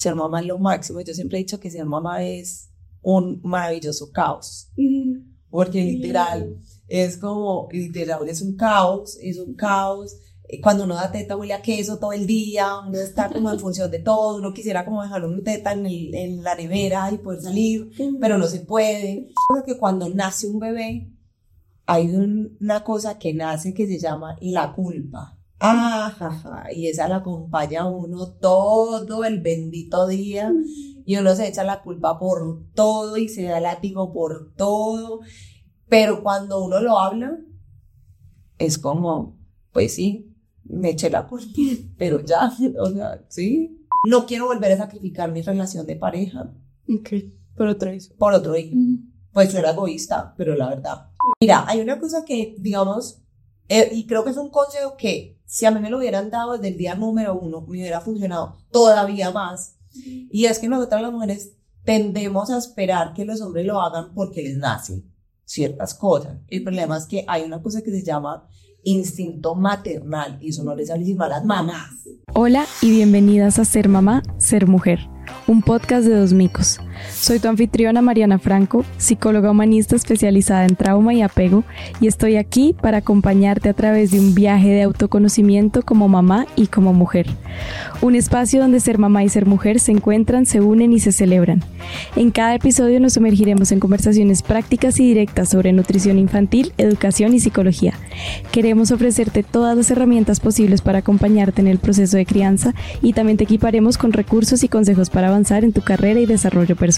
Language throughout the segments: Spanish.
ser mamá es lo máximo. Yo siempre he dicho que ser mamá es un maravilloso caos, porque literal es un caos, cuando uno da teta huele a queso todo el día, uno está como en función de todo, uno quisiera como dejar una teta en la nevera y poder salir, pero no se puede. Porque cuando nace un bebé, hay una cosa que nace que se llama la culpa. Y esa la acompaña a uno todo el bendito día, y uno se echa la culpa por todo y se da látigo por todo, pero cuando uno lo habla, es como, pues sí, me eché la culpa, pero ya, o sea, sí. No quiero volver a sacrificar mi relación de pareja. Por otro hijo. Por otro hijo. Pues yo era egoísta, pero la verdad. Mira, hay una cosa que, digamos, y creo que es un consejo que si a mí me lo hubieran dado desde el día número 1, me hubiera funcionado todavía más. Y es que nosotras las mujeres tendemos a esperar que los hombres lo hagan porque les nacen ciertas cosas. El problema es que hay una cosa que se llama instinto maternal, y eso no les sale a las mamás. Hola y bienvenidas a Ser Mamá, Ser Mujer, un podcast de dos micos. Soy tu anfitriona Mariana Franco, psicóloga humanista especializada en trauma y apego, y estoy aquí para acompañarte a través de un viaje de autoconocimiento como mamá y como mujer. Un espacio donde ser mamá y ser mujer se encuentran, se unen y se celebran. En cada episodio nos sumergiremos en conversaciones prácticas y directas sobre nutrición infantil, educación y psicología. Queremos ofrecerte todas las herramientas posibles para acompañarte en el proceso de crianza, y también te equiparemos con recursos y consejos para avanzar en tu carrera y desarrollo personal.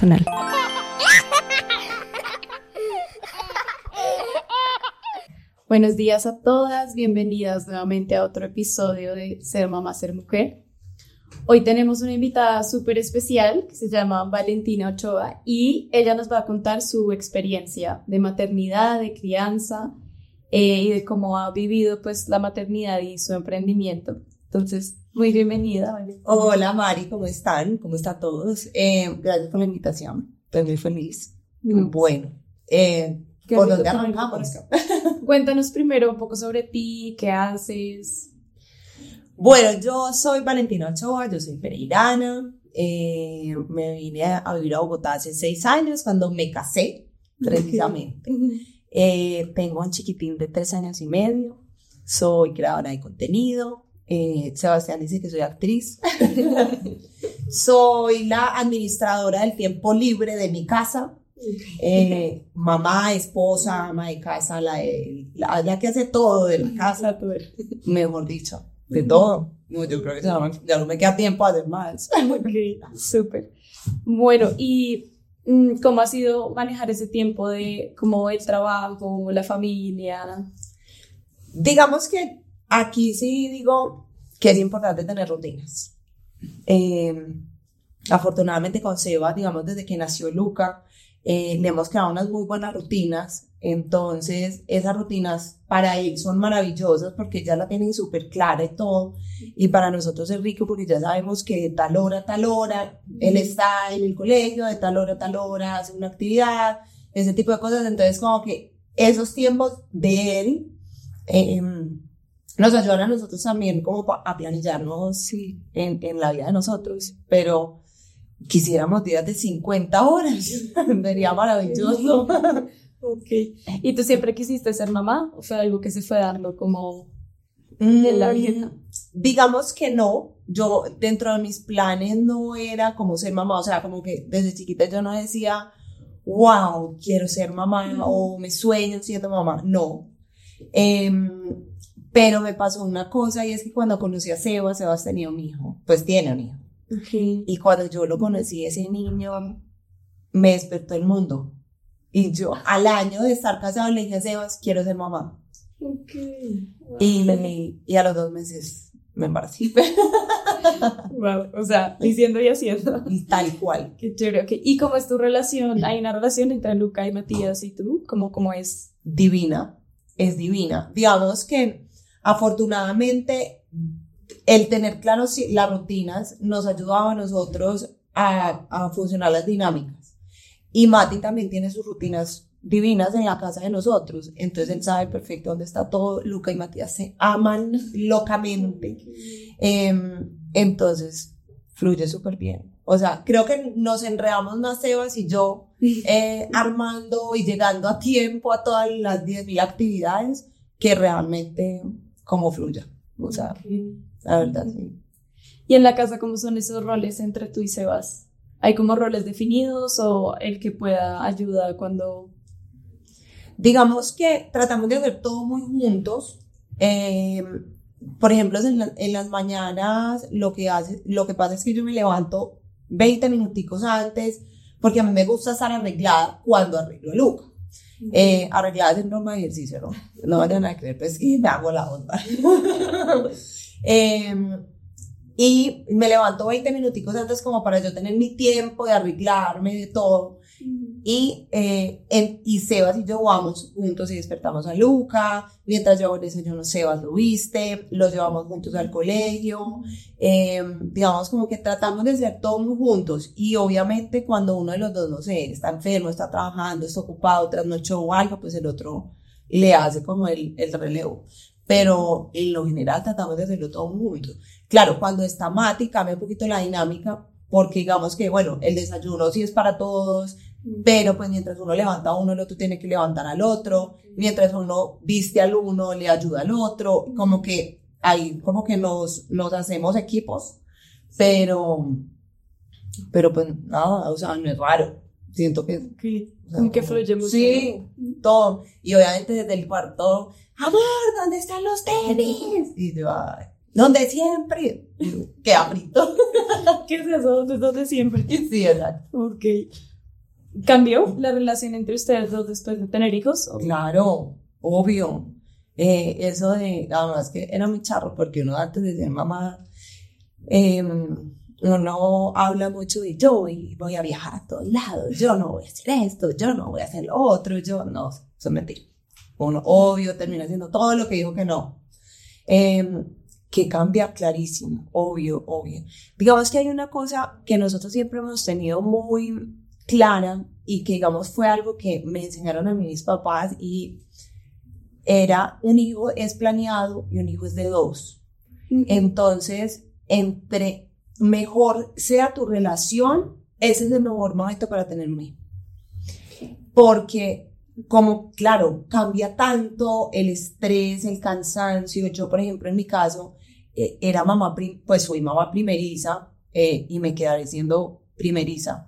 Buenos días a todas, bienvenidas nuevamente a otro episodio de Ser Mamá, Ser Mujer. Hoy tenemos una invitada súper especial que se llama Valentina Ochoa, y ella nos va a contar su experiencia de maternidad, de crianza y de cómo ha vivido pues la maternidad y su emprendimiento. Entonces, muy bienvenida, Valentina. Hola Mari, ¿cómo están? ¿Cómo están todos? Gracias por la invitación, estoy muy feliz. Bueno, ¿por dónde arrancamos? Cuéntanos primero un poco sobre ti, qué haces. Bueno, yo soy Valentina Ochoa, yo soy pereirana, me vine a vivir a Bogotá hace 6 años cuando me casé, precisamente. Tengo un chiquitín de 3 años y medio, soy creadora de contenido. Sebastián dice que soy actriz. Soy la administradora del tiempo libre de mi casa. Mamá, esposa, ama de casa, la que hace todo de la casa, mejor dicho, de todo. No, yo creo que ya no me queda tiempo a hacer más. Ok, súper. Bueno, ¿y cómo ha sido manejar ese tiempo de como el trabajo, la familia? Digamos que aquí sí digo que es importante tener rutinas. Afortunadamente con Seba, digamos, desde que nació Luca, le hemos creado unas muy buenas rutinas. Entonces esas rutinas para él son maravillosas porque ya la tienen súper clara y todo, y para nosotros es rico porque ya sabemos que de tal hora a tal hora él está en el colegio, de tal hora a tal hora hace una actividad, ese tipo de cosas. Entonces como que esos tiempos de él nos ayudan a nosotros también como a planillarnos en la vida de nosotros, pero quisiéramos días de 50 horas, sería maravilloso. Ok. ¿Y tú siempre quisiste ser mamá o fue algo que se fue dando como en la vida? Digamos que no, yo dentro de mis planes no era como ser mamá, o sea, como que desde chiquita yo no decía, wow, quiero ser mamá o me sueño siendo mamá, no. Pero me pasó una cosa, y es que cuando conocí a Sebas tenía un hijo, pues tiene un hijo. Okay. Y cuando yo lo conocí, ese niño me despertó el mundo. Y yo al año de estar casado le dije a Sebas, quiero ser mamá. Okay. Wow. Y a los 2 meses me embaracé. Wow, o sea, diciendo y haciendo. Tal cual. Qué chévere, okay. ¿Y cómo es tu relación? ¿Hay una relación entre Luca y Matías y tú? ¿Cómo es? Divina, es divina. Digamos que afortunadamente el tener claros las rutinas nos ayudaba a nosotros a funcionar las dinámicas. Y Mati también tiene sus rutinas divinas en la casa de nosotros, entonces él sabe perfecto dónde está todo. Luca y Matías se aman locamente, entonces fluye súper bien. O sea, creo que nos enredamos más Sebas y yo armando y llegando a tiempo a todas las 10.000 actividades que realmente como fluya. O sea, la verdad, sí. ¿Y en la casa cómo son esos roles entre tú y Sebas? ¿Hay como roles definidos o el que pueda ayudar cuando...? Digamos que tratamos de hacer todo muy juntos. Por ejemplo, en las mañanas lo que pasa es que yo me levanto 20 minuticos antes porque a mí me gusta estar arreglada cuando arreglo a Luca. Arreglada es norma de ejercicio, ¿no? No vayan a creer, pues que me hago la onda. Y me levanto 20 minuticos antes como para yo tener mi tiempo de arreglarme, de todo. Y Sebas y yo vamos juntos y despertamos a Luca. Mientras yo hago el desayuno, Sebas lo viste, lo llevamos juntos al colegio. Digamos como que tratamos de hacer todo muy juntos. Y obviamente cuando uno de los dos, no sé, está enfermo, está trabajando, está ocupado, trasnochó o algo, pues el otro le hace como el relevo. Pero en lo general tratamos de hacerlo todo juntos. Claro, cuando está Mati cambia un poquito la dinámica, porque digamos que, bueno, el desayuno sí es para todos, pero pues mientras uno levanta a uno, el otro tiene que levantar al otro, mientras uno viste al uno, le ayuda al otro, como que ahí como que nos hacemos equipos, pero pues nada, o sea, no es raro, siento que... O sea, que fluye mucho. Sí, todo, y obviamente desde el cuarto, amor, ¿dónde están los tenis? Y yo, ay, ¿dónde siempre? Queda frito. ¿Qué es eso? ¿Dónde siempre? Sí, exacto. Ok. ¿Cambió la relación entre ustedes dos después de tener hijos? Claro, obvio. Eso de, además que era muy charro, porque uno antes de ser mamá, uno habla mucho de yo y voy a viajar a todos lados, yo no voy a hacer esto, yo no voy a hacer lo otro, yo no, eso es mentira. Uno, obvio, termina haciendo todo lo que dijo que no. Que cambia clarísimo, obvio. Digamos que hay una cosa que nosotros siempre hemos tenido muy clara y que digamos fue algo que me enseñaron a mí mis papás y era un hijo es planeado y un hijo es de dos. Entonces, entre mejor sea tu relación, ese es el mejor momento para tener un hijo. Porque como, claro, cambia tanto el estrés, el cansancio. Yo, por ejemplo, en mi caso, era mamá, pues fui mamá primeriza y me quedaré siendo primeriza.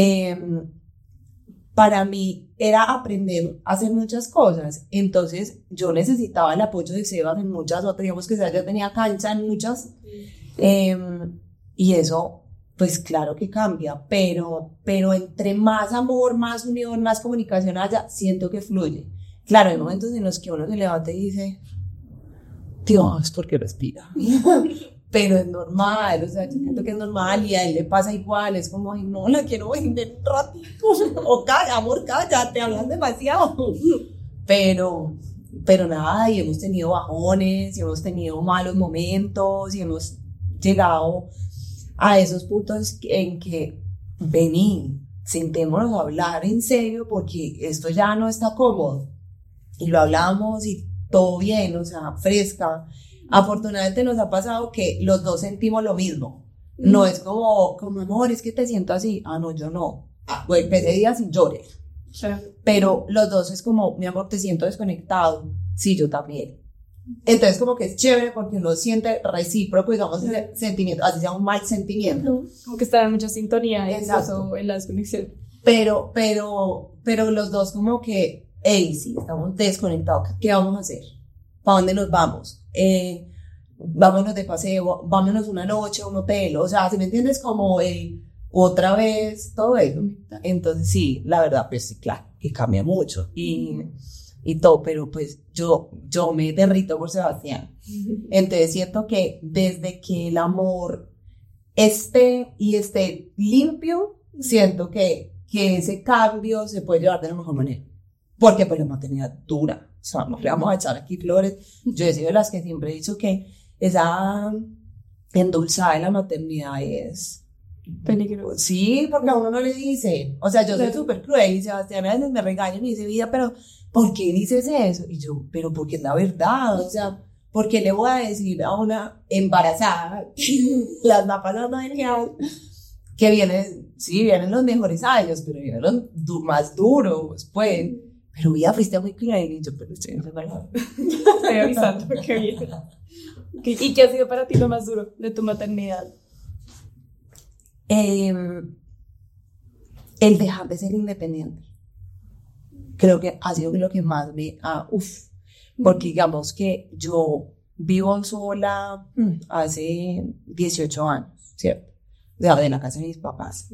Para mí era aprender a hacer muchas cosas, entonces yo necesitaba el apoyo de Sebas en muchas otras, digamos que Sebas ya tenía cancha en muchas, y eso, pues claro que cambia, pero entre más amor, más unión, más comunicación haya, siento que fluye. Claro, hay momentos en los que uno se levanta y dice, Dios, ¿por qué respira? Pero es normal, o sea, yo siento que es normal y a él le pasa igual, es como, ay, no, la quiero vender un ratito, o calla, amor, calla, te hablan demasiado, pero nada, y hemos tenido bajones, y hemos tenido malos momentos, y hemos llegado a esos puntos en que, vení, sentémonos a hablar en serio, porque esto ya no está cómodo, y lo hablamos y todo bien, o sea, fresca. Afortunadamente nos ha pasado que los dos sentimos lo mismo. No es como amor, es que te siento así. Ah, no, yo no. Pues ese día sin llores. Sí. Pero los dos es como, mi amor, te siento desconectado. Sí, yo también. Entonces como que es chévere porque uno siente recíproco, digamos, ese sentimiento, así sea un mal sentimiento. Como que está en mucha sintonía. Exacto. En la desconexión. Pero los dos como que, hey, sí, estamos desconectados. ¿Qué vamos a hacer? ¿Para dónde nos vamos? Vámonos de paseo, vámonos una noche a un hotel, o sea, si me entiendes, como otra vez todo eso. Entonces sí, la verdad, pues sí, claro, que cambia mucho y todo, pero pues yo me derrito por Sebastián. Entonces siento que desde que el amor esté limpio, siento que ese cambio se puede llevar de la mejor manera, porque pues la maternidad dura. O sea, no le vamos a echar aquí flores. Yo he sido de las que siempre he dicho que esa endulzada de la maternidad es peligroso. Sí, porque a uno no le dicen. O sea, yo soy súper cruel y Sebastián a veces me regaña y me dice, vida, pero ¿por qué dices eso? Y yo, pero porque es la verdad. O sea, ¿por qué le voy a decir a una embarazada que las va pasando genial que vienen los mejores años, pero vienen los más duros, pues. Pero vida fuiste muy cruel, y yo, pero estoy en Estoy avisando, qué bien. Okay. ¿Y qué ha sido para ti lo más duro de tu maternidad? El dejar de ser independiente. Creo que ha sido lo que más porque digamos que yo vivo sola hace 18 años, ¿cierto? De la casa de mis papás.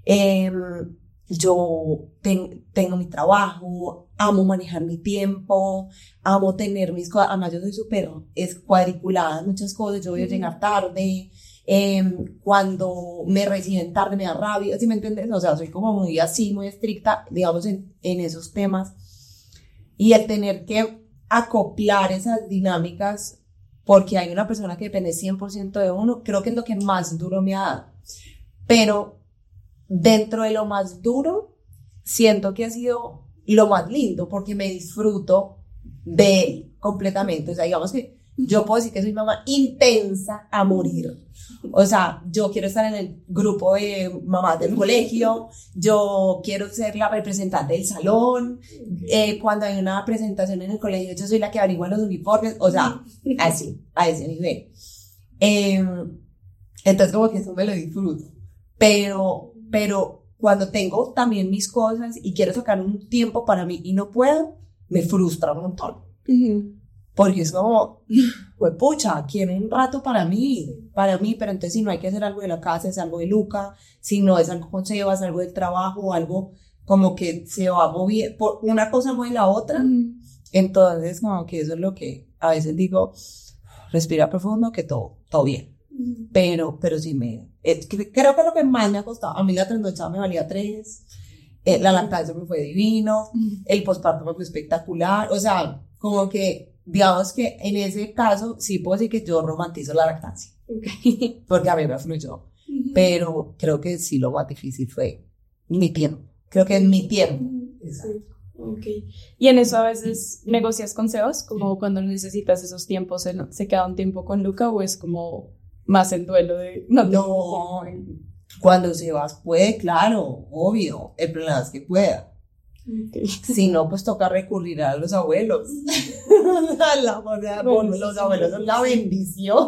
Yo tengo mi trabajo, amo manejar mi tiempo, amo tener mis cosas. Además, yo soy súper cuadriculada en muchas cosas. Yo voy a llegar tarde. Cuando me reciben tarde me da rabia, ¿sí me entiendes? O sea, soy como muy así, muy estricta, digamos, en esos temas. Y el tener que acoplar esas dinámicas, porque hay una persona que depende 100% de uno, creo que es lo que más duro me ha dado. Pero dentro de lo más duro, siento que ha sido lo más lindo, porque me disfruto de él completamente. O sea, digamos que yo puedo decir que soy mamá intensa a morir. O sea, yo quiero estar en el grupo de mamás del colegio, yo quiero ser la representante del salón, cuando hay una presentación en el colegio, yo soy la que averigua los uniformes, o sea, así, a ese nivel. Entonces como que eso me lo disfruto. Pero cuando tengo también mis cosas y quiero sacar un tiempo para mí y no puedo, me frustra un montón. Porque es como, pues pucha, quiero un rato para mí, pero entonces si no hay que hacer algo de la casa, es algo de Luca, si no es algo con Sebas, algo del trabajo, algo como que se va moviendo, por una cosa mueve la otra, entonces como que eso es lo que a veces digo, respira profundo, que todo bien, pero sí creo que lo que más me ha costado, a mí la trasnochada me valía 3, la lactancia me fue divino, el posparto me fue espectacular, o sea, como que digamos que en ese caso sí puedo decir que yo romantizo la lactancia, porque a mí me fluyó, pero creo que sí lo más difícil fue mi tiempo, creo que es mi tiempo. Exacto. Okay. Y en eso a veces negocias con Sebas, como cuando necesitas esos tiempos, ¿se queda un tiempo con Luca o es como más el duelo de no, cuando Sebas puede, claro, obvio, el problema es que pueda. Okay. Si no, pues toca recurrir a los abuelos. Los abuelos son la bendición.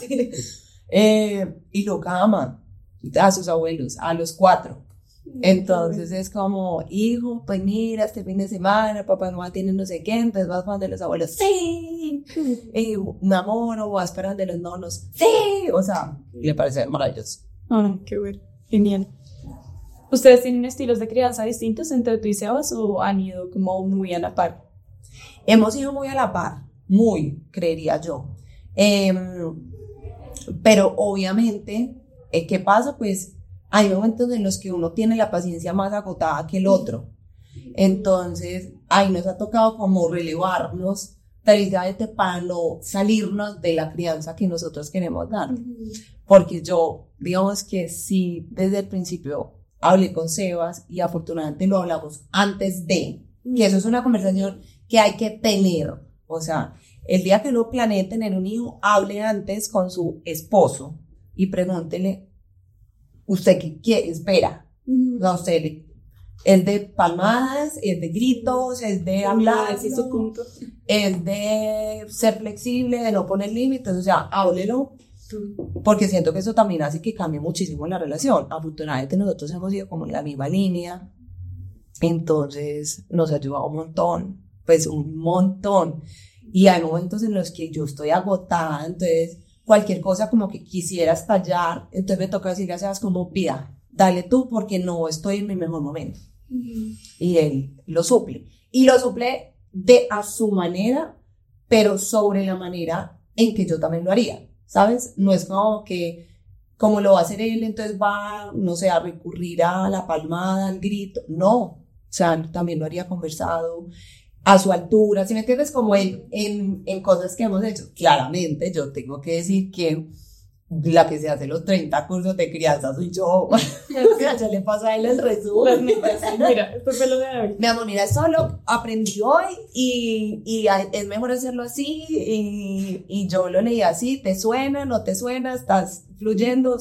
Y Luca ama a sus abuelos, a los 4. Entonces es como, hijo, pues mira, este fin de semana papá y mamá tienen no sé qué, entonces vas para donde los abuelos, sí, y mi amor, o vas para donde los nonos, sí, o sea, le parece maravilloso. Qué bueno, genial. ¿Ustedes tienen estilos de crianza distintos entre tú y Sebas o han ido como muy a la par? Hemos ido muy a la par, creería yo. Pero obviamente, ¿qué pasa? Pues hay momentos en los que uno tiene la paciencia más agotada que el otro. Entonces, ahí nos ha tocado como relevarnos precisamente para no salirnos de la crianza que nosotros queremos dar. Porque yo, digamos que sí, desde el principio hablé con Sebas y afortunadamente lo hablamos antes de, que eso es una conversación que hay que tener. O sea, el día que uno planee tener un hijo, hable antes con su esposo y pregúntele, ¿usted qué espera? No sé, es de palmadas, es de gritos, es de hablar, es de ser flexible, de no poner límites, o sea, háblelo, porque siento que eso también hace que cambie muchísimo la relación. Afortunadamente nosotros hemos ido como en la misma línea, entonces nos ha ayudado un montón, y hay momentos en los que yo estoy agotada, entonces cualquier cosa como que quisiera estallar, entonces me toca decirle a Sebas como, pida, dale tú porque no estoy en mi mejor momento. Y él lo suple a su manera, pero sobre la manera en que yo también lo haría, ¿sabes? No es como que, como lo va a hacer él, entonces va, no sé, a recurrir a la palmada, al grito, no, o sea, también lo haría conversado, a su altura, ¿sí me entiendes? Como en cosas que hemos hecho. Claramente, yo tengo que decir que la que se hace los 30 cursos de crianza soy yo. O sea, yo le paso a él el resumen. Mira, esto fue lo de hoy. Mi amor, mira, esto lo aprendí hoy y es mejor hacerlo así y yo lo leí así, ¿te suena? ¿No te suena? ¿Estás fluyendo?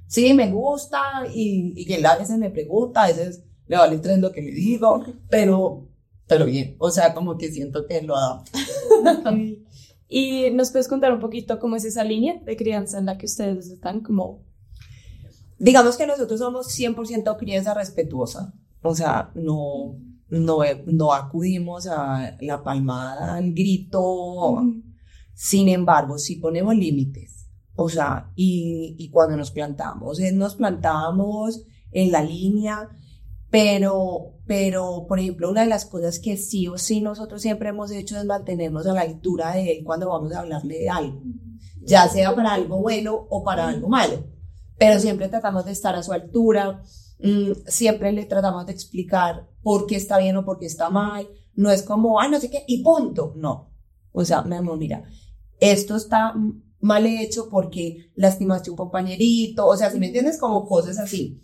Sí, me gusta y él a veces me pregunta, a veces le vale tres lo que le digo, pero bien, o sea, como que siento que lo adapto. Okay. ¿Y nos puedes contar un poquito cómo es esa línea de crianza en la que ustedes están como? Digamos que nosotros somos 100% crianza respetuosa, o sea, no acudimos a la palmada, al grito, sin embargo, sí ponemos límites, o sea, y cuando nos plantamos en la línea, pero, por ejemplo, una de las cosas que sí o sí nosotros siempre hemos hecho es mantenernos a la altura de él cuando vamos a hablarle de algo, ya sea para algo bueno o para algo malo, pero siempre tratamos de estar a su altura, siempre le tratamos de explicar por qué está bien o por qué está mal, no es como, no sé qué, y punto, no, o sea, mi amor, mira, esto está mal hecho porque lastimaste a un compañerito, o sea, si me entiendes, como cosas así,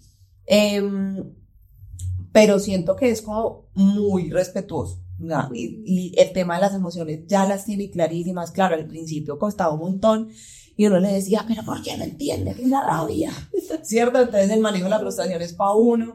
pero siento que es como muy respetuoso, ¿no? Y el tema de las emociones ya las tiene clarísimas, claro, al principio costaba un montón, y uno le decía, pero ¿por qué no entiende que es la rabia? ¿Cierto? Entonces el manejo de la frustración es para uno,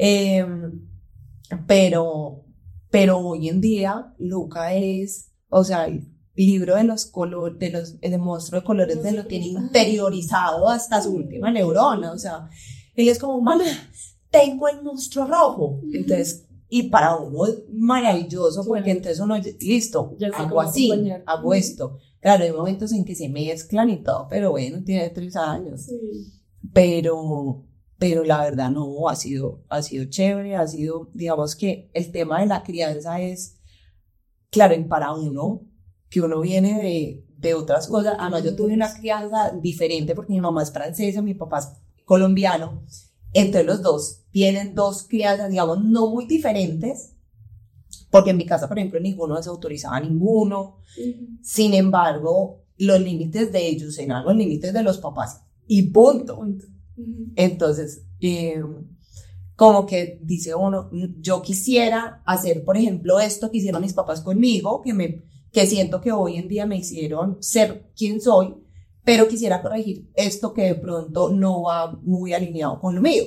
pero hoy en día Luca es, o sea, el libro de los colores, el monstruo de colores de lo tiene interiorizado hasta su última neurona, o sea, él es como, mamá, tengo el monstruo rojo, entonces, y para uno es maravilloso, porque entonces uno, listo, hago así, hago esto. Claro, hay momentos en que se mezclan y todo, pero bueno, tiene 3 años. Sí. Pero la verdad no, ha sido chévere, digamos que el tema de la crianza es, claro, y para uno, que uno viene de otras cosas, además yo tuve una crianza diferente porque mi mamá es francesa, mi papá es colombiano, entre los dos tienen 2 crianzas, digamos, no muy diferentes, porque en mi casa, por ejemplo, ninguno se autorizaba a ninguno. Sin embargo, los límites de ellos eran los límites de los papás y punto. Entonces, como que dice uno, yo quisiera hacer, por ejemplo, esto que hicieron mis papás conmigo, que siento que hoy en día me hicieron ser quien soy, pero quisiera corregir esto que de pronto no va muy alineado con lo mío.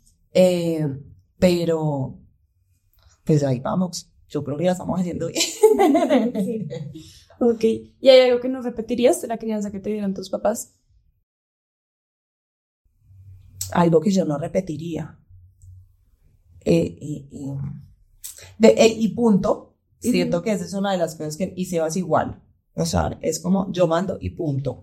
Pero, pues ahí vamos. Yo creo que la estamos haciendo bien. Sí. Ok. ¿Y hay algo que no repetirías de la crianza que te dieron tus papás? Algo que yo no repetiría. Y punto. Siento que esa es una de las cosas que, y Sebas igual. O sea, es como yo mando y punto.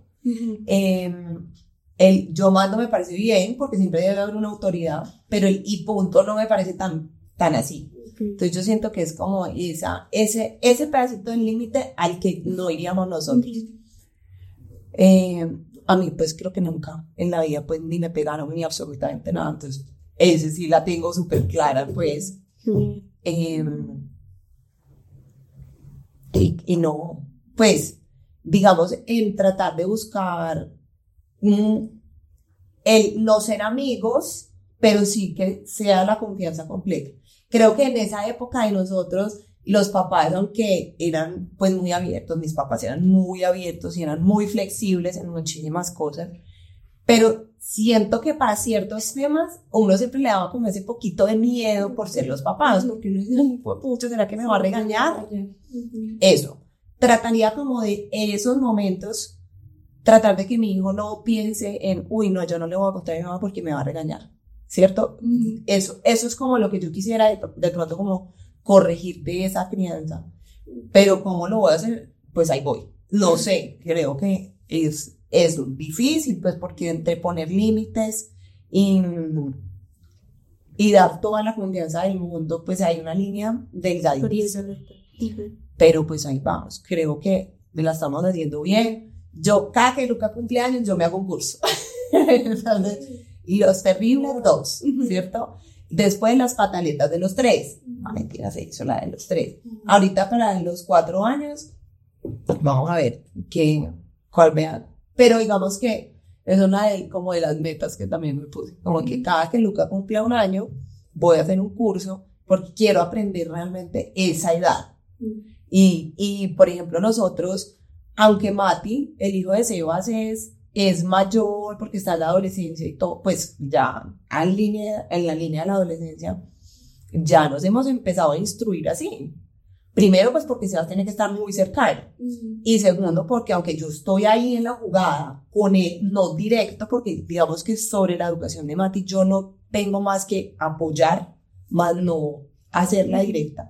El yo mando me parece bien porque siempre debe haber una autoridad, pero el y punto no me parece tan así. Entonces yo siento que es como ese pedacito del límite al que no iríamos nosotros. A mí pues creo que nunca en la vida pues ni me pegaron ni absolutamente nada, entonces ese sí la tengo súper clara pues. Y no, pues digamos en tratar de buscar el no ser amigos, pero sí que sea la confianza completa. Creo que en esa época de nosotros, los papás, aunque eran pues muy abiertos, mis papás eran muy abiertos y eran muy flexibles en muchísimas cosas, pero siento que para ciertos temas uno siempre le daba como ese poquito de miedo por ser los papás, porque uno dice, pucha, ¿será que me va a regañar? Eso, trataría como de en esos momentos, tratar de que mi hijo no piense en, uy, no, yo no le voy a contar a mi mamá porque me va a regañar. ¿Cierto? Eso es como lo que yo quisiera de pronto como corregir de esa crianza, pero ¿cómo lo voy a hacer? Pues ahí voy, no sé, creo que es difícil, pues porque entre poner límites y dar toda la confianza del mundo, pues hay una línea delgadísima, pero pues ahí vamos, creo que la estamos haciendo bien. Yo cada que Luca cumpleaños yo me hago un curso. Entonces, y los terribles 2, ¿cierto? Después las pataletas de los 3. No, mentira, se hizo la de los 3. Ahorita para los 4 años, vamos a ver cuál vean. Pero digamos que es una como de las metas que también me puse. Como que cada que Luca cumpla 1 año, voy a hacer un curso porque quiero aprender realmente esa edad. Y por ejemplo, nosotros, aunque Mati, el hijo de Sebas, es es mayor porque está en la adolescencia y todo, pues ya en la línea de la adolescencia, ya nos hemos empezado a instruir así. Primero, pues porque Sebas tiene que estar muy cercano. Y segundo, porque aunque yo estoy ahí en la jugada con él, no directo, porque digamos que sobre la educación de Mati yo no tengo más que apoyar, más no hacerla directa.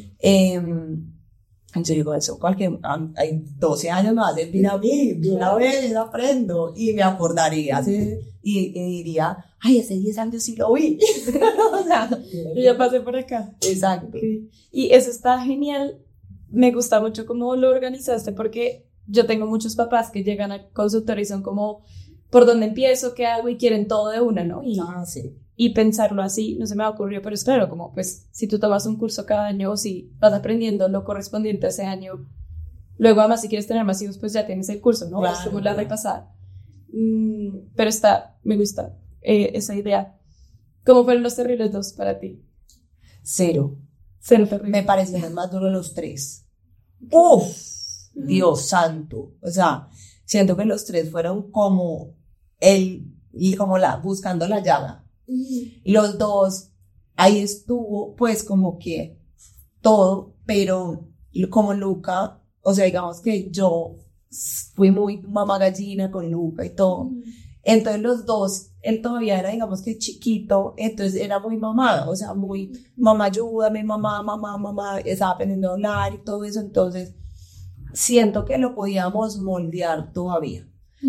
Yo digo, eso hay 12 años me va a servir a mí, de una vez aprendo y me acordaré y diría, ay, hace 10 años sí lo vi. O sea, yo ya pasé por acá. Exacto. Okay. Y eso está genial, me gusta mucho cómo lo organizaste porque yo tengo muchos papás que llegan al consultorio y son como, ¿por dónde empiezo? ¿Qué hago? Y quieren todo de una, ¿no? Sí. Y pensarlo así no se me ha ocurrido, pero es claro, como pues si tú tomas un curso cada año o si vas aprendiendo lo correspondiente a ese año, luego además si quieres tener más hijos pues ya tienes el curso, ¿no? Claro, es como la repasada. Pero me gusta esa idea. ¿Cómo fueron los Terribles 2 para ti? Cero Terrible. Me parecieron más duros los 3. ¡Uf! Dios santo. O sea, siento que los 3 fueron como buscando la llaga. Los 2, ahí estuvo, pues como que todo, pero como Luca, o sea, digamos que yo fui muy mamá gallina con Luca y todo. Entonces los 2, él todavía era, digamos que chiquito, entonces era muy mamá, o sea, muy mamá, ayúdame, mamá, estaba aprendiendo a hablar y todo eso, entonces siento que lo podíamos moldear todavía.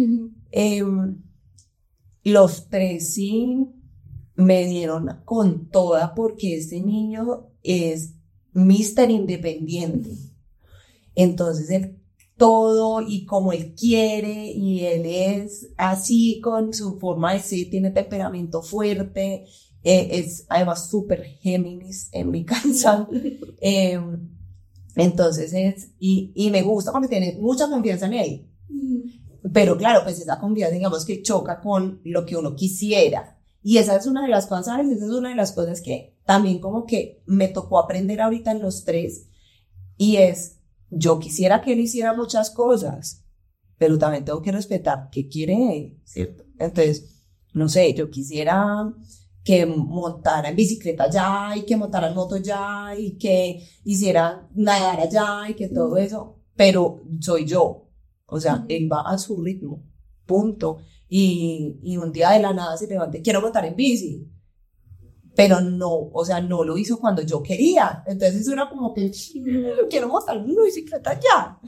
Los 3 sí me dieron con toda porque este niño es Mr. Independiente. Entonces él todo y como él quiere y él es así con su forma de ser, tiene temperamento fuerte, es además súper Géminis en mi casa. Entonces y me gusta porque tiene mucha confianza en él. Pero claro, pues esa confianza digamos que choca con lo que uno quisiera. Y esa es una de las cosas, ¿sabes? Esa es una de las cosas que también como que me tocó aprender ahorita en los 3 y es, yo quisiera que él hiciera muchas cosas, pero también tengo que respetar qué quiere él, ¿cierto? Entonces, no sé, yo quisiera que montara en bicicleta ya y que montara en moto ya y que hiciera nadar allá y que todo eso, pero soy yo, o sea, él va a su ritmo, punto. Y un día de la nada se levanta, quiero montar en bici, pero no, o sea, no lo hizo cuando yo quería, entonces era como que quiero montar una bicicleta ya,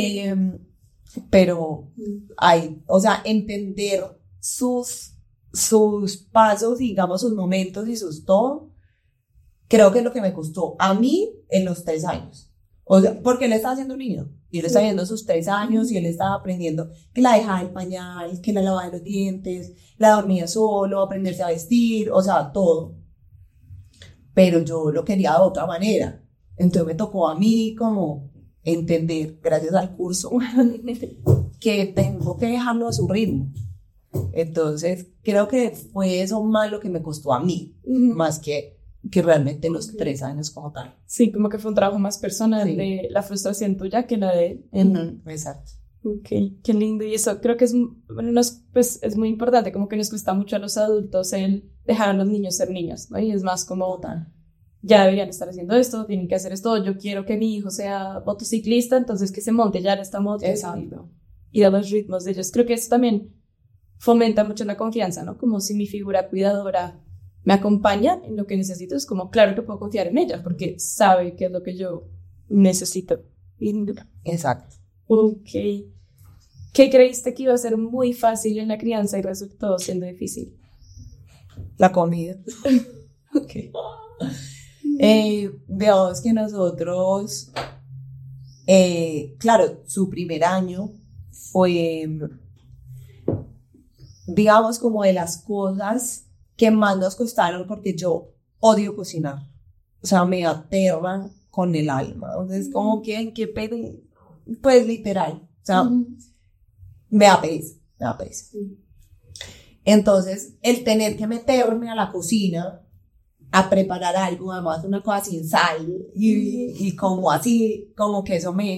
pero o sea, entender sus pasos, digamos, sus momentos y sus todo, creo que es lo que me costó a mí en los 3 años, o sea, porque él estaba siendo un niño. Y él está viendo sus 3 años y él estaba aprendiendo que la dejaba el pañal, que la lavaba de los dientes, la dormía solo, aprenderse a vestir, o sea, todo. Pero yo lo quería de otra manera. Entonces me tocó a mí como entender, gracias al curso, que tengo que dejarlo a su ritmo. Entonces creo que fue eso más lo que me costó a mí, más que realmente los 3 años como tal. Sí, como que fue un trabajo más personal de la frustración tuya que la de... Exacto. Ok, qué lindo. Y eso creo que es muy importante, como que nos cuesta mucho a los adultos el dejar a los niños ser niños, ¿no? Y es más como, ya deberían estar haciendo esto, tienen que hacer esto, yo quiero que mi hijo sea motociclista, entonces que se monte ya en esta moto. Exacto. Y a los ritmos de ellos. Creo que eso también fomenta mucho la confianza, ¿no? Como si mi figura cuidadora me acompaña en lo que necesito, es como, claro que puedo confiar en ella, porque sabe qué es lo que yo necesito. Exacto. Ok. ¿Qué creíste que iba a ser muy fácil en la crianza y resultó siendo difícil? La comida. Okay. Veamos que nosotros, claro, su primer año fue, digamos, como de las cosas que más nos costaron porque yo odio cocinar. O sea, me aterra con el alma. Entonces, como que, ¿en qué pedo? Pues literal. O sea, me da pereza. Entonces, el tener que meterme a la cocina a preparar algo, además una cosa sin sal y como así, como que eso me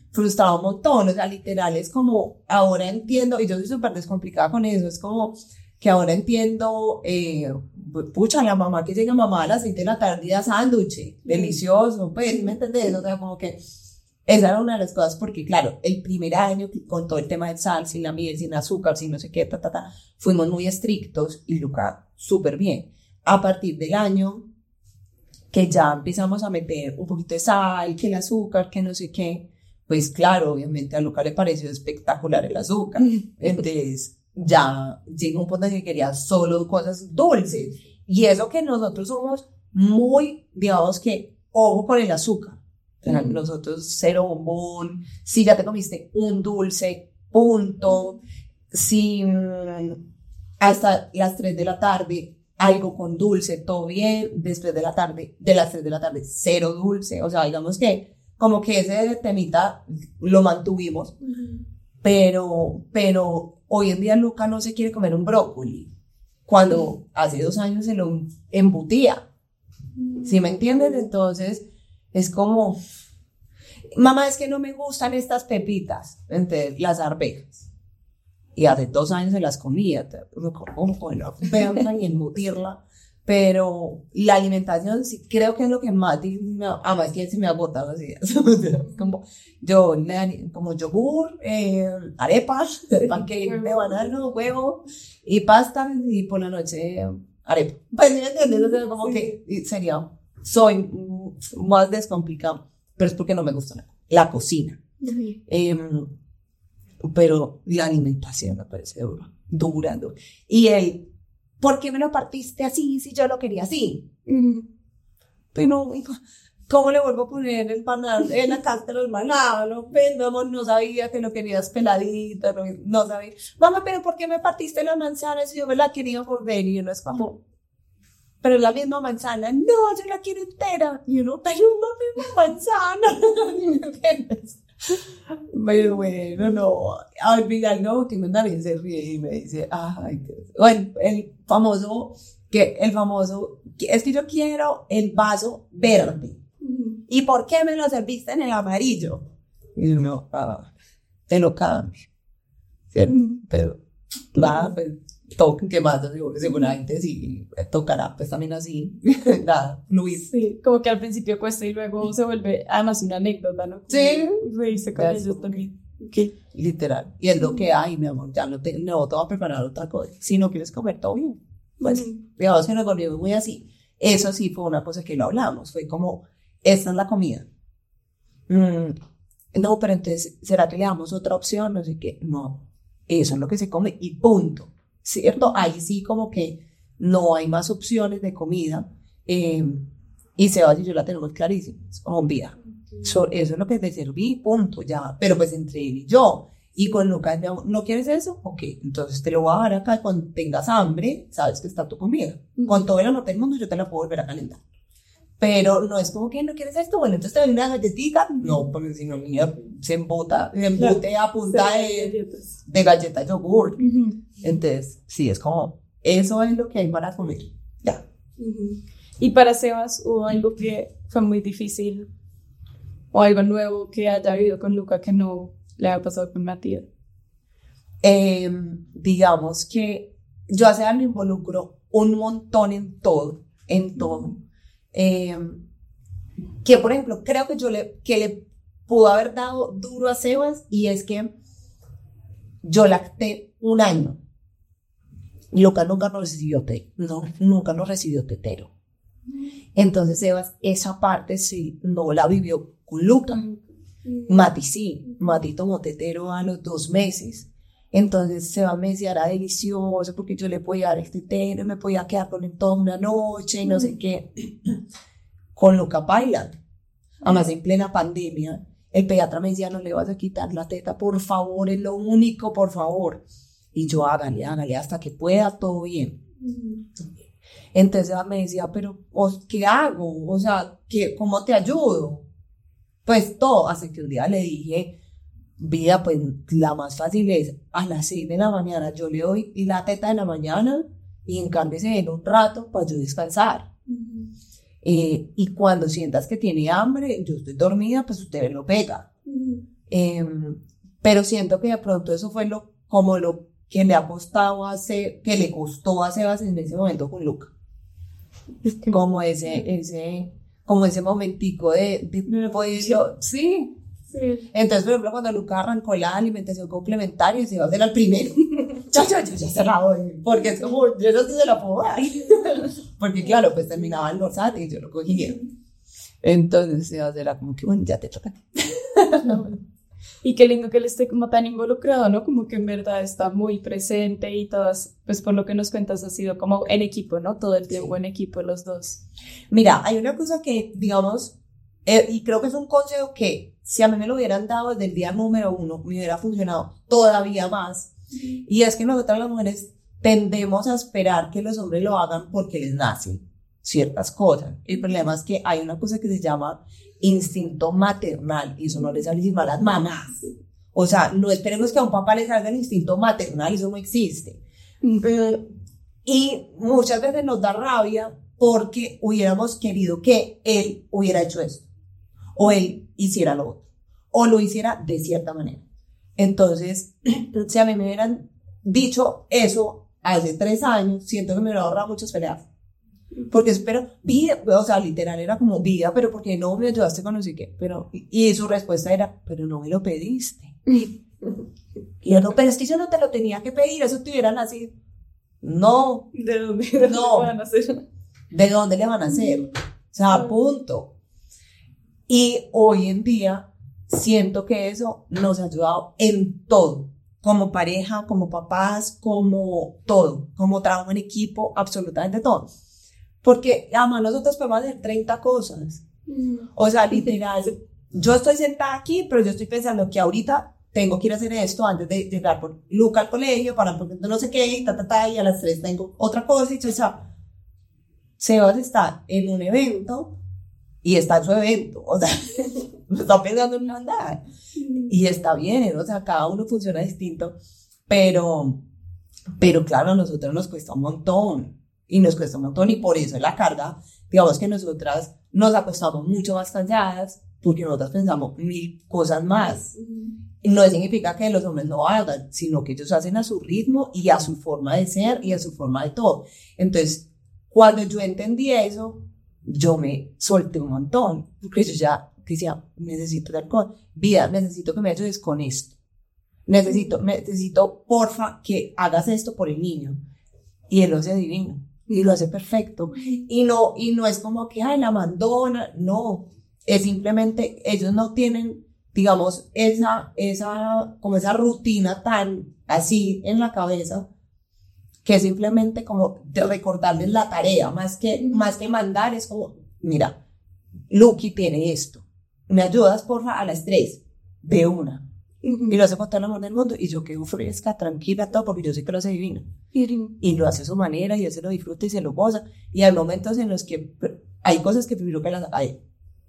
frustraba un montón, o sea, literal, es como, ahora entiendo, y yo soy súper descomplicada con eso, es como que ahora entiendo, pucha, la mamá que llega mamá a las 6 de la tarde y da sándwich, delicioso, pues, ¿me entendés? O sea, como que esa era una de las cosas, porque claro, el primer año con todo el tema del sal, sin la miel, sin azúcar, sin no sé qué, fuimos muy estrictos y Luca súper bien. A partir del año que ya empezamos a meter un poquito de sal, que el azúcar, que no sé qué, pues claro, obviamente a Luca le pareció espectacular el azúcar. Entonces ya llegó un punto en que quería solo cosas dulces. Y eso que nosotros somos muy, digamos que, ojo con el azúcar. O sea, nosotros cero bombón, si ya te comiste un dulce, punto. Si hasta las 3 de la tarde algo con dulce, todo bien, después de las 3 de la tarde, cero dulce, o sea, digamos que como que ese temita lo mantuvimos, pero hoy en día Luca no se quiere comer un brócoli, cuando hace 2 años se lo embutía, ¿sí me entienden? Entonces, es como, mamá, es que no me gustan estas pepitas, entonces, las arvejas. Y hace 2 años se las comía, como con la perla y embutirla, pero la alimentación sí creo que es lo que más, además que se me ha botado así, como yogur, arepas, pancake de banano, huevo y pasta, y por la noche arepa. Pues ¿me entiendes? O sea, como que soy más descomplicado, pero es porque no me gusta la cocina. Pero la alimentación me parece dura. Y ¿por qué me lo partiste así si yo lo quería así? Pero, ¿cómo le vuelvo a poner el banano en la cáscara del banano? No sabía que lo querías peladita, no sabía. Mamá, pero ¿por qué me partiste la manzana si yo me la quería volver? Y uno es como, pero es la misma manzana. No, yo la quiero entera. Y uno, pero la misma manzana. ¿Me entiendes? Pero bueno, no, al final no, que también se ríe y me dice, ay, bueno, el famoso, es que yo quiero el vaso verde. ¿Y por qué me lo serviste en el amarillo? Y uno, te lo cambio. ¿Cierto? Pero, nada, pues, toquen que más, seguramente sí, tocará, pues también así, nada, Luis. Sí, como que al principio cuesta y luego se vuelve, además, una anécdota, ¿no? Sí. Reírse con ellos también. ¿Qué? Literal. Y es lo que hay, mi amor, ya no te voy a preparar otra cosa. Si no quieres comer, todo bien. Pues, digamos que nos volvimos muy así. Eso sí fue una cosa que lo hablamos, fue como, esta es la comida. No, pero entonces, ¿será que le damos otra opción? No sé qué. No, eso es lo que se come y punto. ¿Cierto? Ahí sí como que no hay más opciones de comida, y Sebas y yo la tenemos clarísima, es como vida, eso es lo que te serví, punto, ya, pero pues entre él y yo, y con Lucas, ¿no quieres eso? Ok, entonces te lo voy a dar acá, cuando tengas hambre, sabes que está tu comida, con todo el amor del mundo yo te la puedo volver a calentar, pero no es como que no quieres esto, bueno, entonces te doy una galletita, no, porque si no, mira, se embute a punta de galleta yogur. Entonces, sí, es como, eso es lo que hay para comer, ya. Y para Sebas, ¿hubo algo que fue muy difícil o algo nuevo que haya vivido con Luca que no le haya pasado con Matías? Digamos que yo a Sebas me involucro un montón en todo. Que por ejemplo, creo que le pudo haber dado duro a Sebas, y es que yo lacté 1 año. Luca nunca nos recibió tetero. Entonces Sebas, esa parte sí, no la vivió con Luca. Mati sí, Mati tomó tetero a los 2 meses. Entonces Sebas me decía, era delicioso porque yo le podía dar el tetero, me podía quedar con él toda una noche y no sé qué. Con Luca baila. Además, en plena pandemia, el pediatra me decía, no le vas a quitar la teta, por favor, es lo único, por favor. Y yo, hágale, hasta que pueda, todo bien. Entonces me decía, pero, ¿qué hago? O sea, ¿cómo te ayudo? Pues todo, hasta que un día le dije, vida, pues la más fácil es a las 6 de la mañana, yo le doy la teta de la mañana y encárguese en un rato para yo descansar. Y cuando sientas que tiene hambre, yo estoy dormida, pues usted me lo pega. Pero siento que de pronto eso fue lo que le ha costado que le costó a Sebas en ese momento con Luca. Como ese momentico de poder, sí. Entonces, por ejemplo, cuando Luca arrancó la alimentación complementaria, Sebas era el primero. Ya se la doy, porque es como, yo no sé si se la puedo dar. Porque claro, pues terminaba el Lorsate y yo lo cogía. Entonces Sebas era como que, bueno, ya te toca. Y qué lindo que él esté como tan involucrado, ¿no? Como que en verdad está muy presente y todas, pues por lo que nos cuentas ha sido como en equipo, ¿no? Todo el tiempo en equipo los dos. Mira, hay una cosa que, digamos, y creo que es un consejo que si a mí me lo hubieran dado desde el día número 1, me hubiera funcionado todavía más. Y es que nosotras las mujeres tendemos a esperar que los hombres lo hagan porque les nacen ciertas cosas. El problema es que hay una cosa que se llama instinto maternal y eso no le sale sino a las mamás. O sea, no esperemos que a un papá le salga el instinto maternal, eso no existe. Y muchas veces nos da rabia porque hubiéramos querido que él hubiera hecho esto, o él hiciera lo otro, o lo hiciera de cierta manera. Entonces, si a mí me hubieran dicho eso hace 3 años, siento que me hubiera ahorrado muchas peleas. Porque espero, vida, o sea, literal era como vida, pero ¿por qué no me ayudaste con no sé qué? Y su respuesta era, pero no me lo pediste. Y yo no, pero es que yo no te lo tenía que pedir, eso te hubieran nacido. No. ¿De dónde le van a hacer? ¿De dónde le van a hacer? O sea, punto. Y hoy en día siento que eso nos ha ayudado en todo. Como pareja, como papás, como todo. Como trabajo en equipo, absolutamente todo. Porque además nosotros podemos hacer 30 cosas. O sea, literal, yo estoy sentada aquí, pero yo estoy pensando que ahorita tengo que ir a hacer esto antes de llegar por Luca al colegio, porque no sé qué, y y a las 3 tengo otra cosa, y o sea, Sebas está en un evento, y está en su evento, o sea, está pensando en andar, y está bien, o sea, cada uno funciona distinto, pero claro, a nosotros nos cuesta un montón, y por eso la carga, digamos que nosotras nos acostamos mucho más cansadas, porque nosotras pensamos 1000 cosas más. No significa que los hombres no hagan, sino que ellos hacen a su ritmo y a su forma de ser y a su forma de todo. Entonces, cuando yo entendí eso, yo me solté un montón, porque yo ya decía, necesito tal cosa, vida, necesito que me ayudes con esto. Necesito, porfa, que hagas esto por el niño. Y él lo hace divino. Y lo hace perfecto. Y no es como que, ay, la abandona. No. Es simplemente, ellos no tienen, digamos, esa rutina tan así en la cabeza, que es simplemente como de recordarles la tarea, más que mandar, es como, mira, Lucky tiene esto. ¿Me ayudas, porfa, a las 3? De una. Y lo hace con todo el amor del mundo, y yo quedo fresca, tranquila, todo, porque yo sé que lo hace divino. Y lo hace a su manera, y él se lo disfruta y se lo goza. Y hay momentos en los que hay cosas que prefiero que las haga él.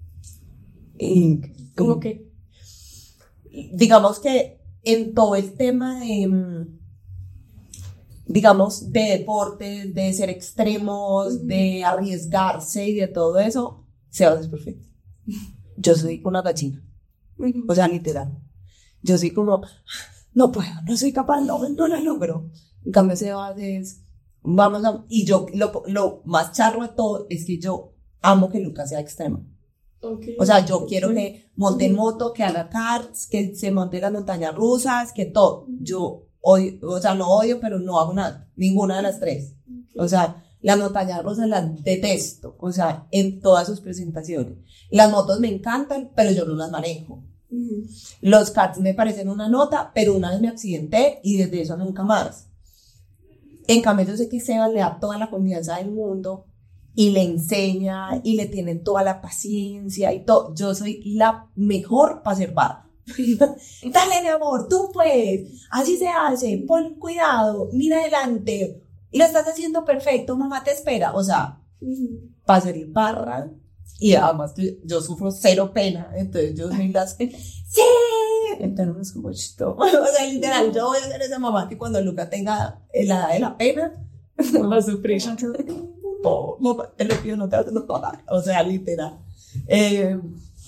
¿Cómo que? Digamos que en todo el tema de, digamos, de deportes, de ser extremos, de arriesgarse y de todo eso, Sebas es perfecto. Yo soy una gallina. O sea, literal. Yo soy como, no puedo, no soy capaz, no lo logro. En cambio, Sebas es, y yo, lo más charro de todo es que yo amo que Lucas sea extremo. Okay. O sea, yo quiero que monte en moto, que haga karts, que se monte en las montañas rusas, que todo. Yo odio, o sea, no odio, pero no hago nada, ninguna de las 3. O sea, las montañas rusas las detesto, o sea, en todas sus presentaciones. Las motos me encantan, pero yo no las manejo. Los karts me parecen una nota, pero una vez me accidenté y desde eso nunca más. En cambio, yo sé que Sebas le da toda la confianza del mundo y le enseña y le tienen toda la paciencia y todo. Yo soy la mejor para ser barra. Dale, mi amor, tú puedes, así se hace, pon cuidado, mira adelante, lo estás haciendo perfecto, mamá te espera. O sea, para ser barra. Y además yo sufro 0 pena, entonces yo soy las que ¡sí! Entonces no es como esto. O sea, literal, yo voy a ser esa mamá que cuando Luca tenga la edad de la pena va a sufrir. No, te lo pido, no te vas a pagar. O sea, literal.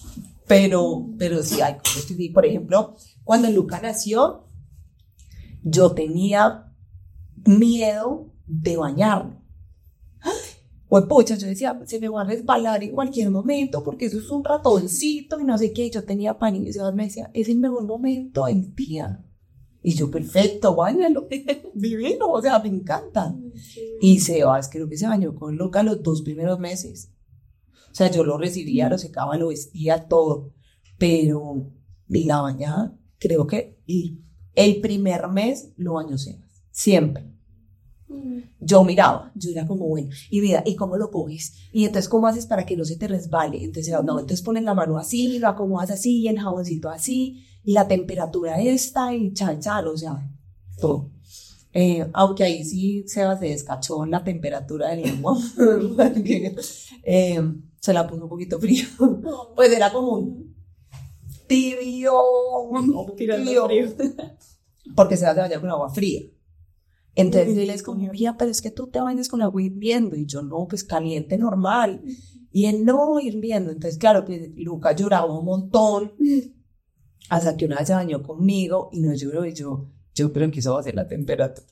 pero sí hay cosas que sí. Por ejemplo, cuando Luca nació, yo tenía miedo de bañarlo. Pues pucha, yo decía, se me va a resbalar en cualquier momento porque eso es un ratoncito y no sé qué. Yo tenía pánico y Sebas me decía, es el mejor momento del día. Y yo, perfecto, báñalo, divino, o sea, me encanta. Y Sebas creo que se bañó con Luca los 2 primeros meses. O sea, yo lo recibía, lo secaba, lo vestía, todo. Pero la bañada, creo que el primer mes lo bañó Sebas, siempre. Yo miraba, yo era como, bueno, y mira, ¿y cómo lo coges? Y entonces, ¿cómo haces para que no se te resbale? Entonces, no, entonces pones la mano así, lo acomodas así, y el jaboncito así, y la temperatura esta, y chan, o sea, todo. Aunque ahí sí Sebas se descachó la temperatura del lengua, se la puso un poquito frío, pues era como un tibio, porque Sebas se bañaba con agua fría. Entonces él es como, mira, pero es que tú te bañas con agua hirviendo, y yo no, pues caliente normal, y él no, hirviendo. Entonces claro, pues Luca lloraba un montón, hasta que una vez se bañó conmigo y no lloró, y yo creo que eso va a ser la temperatura.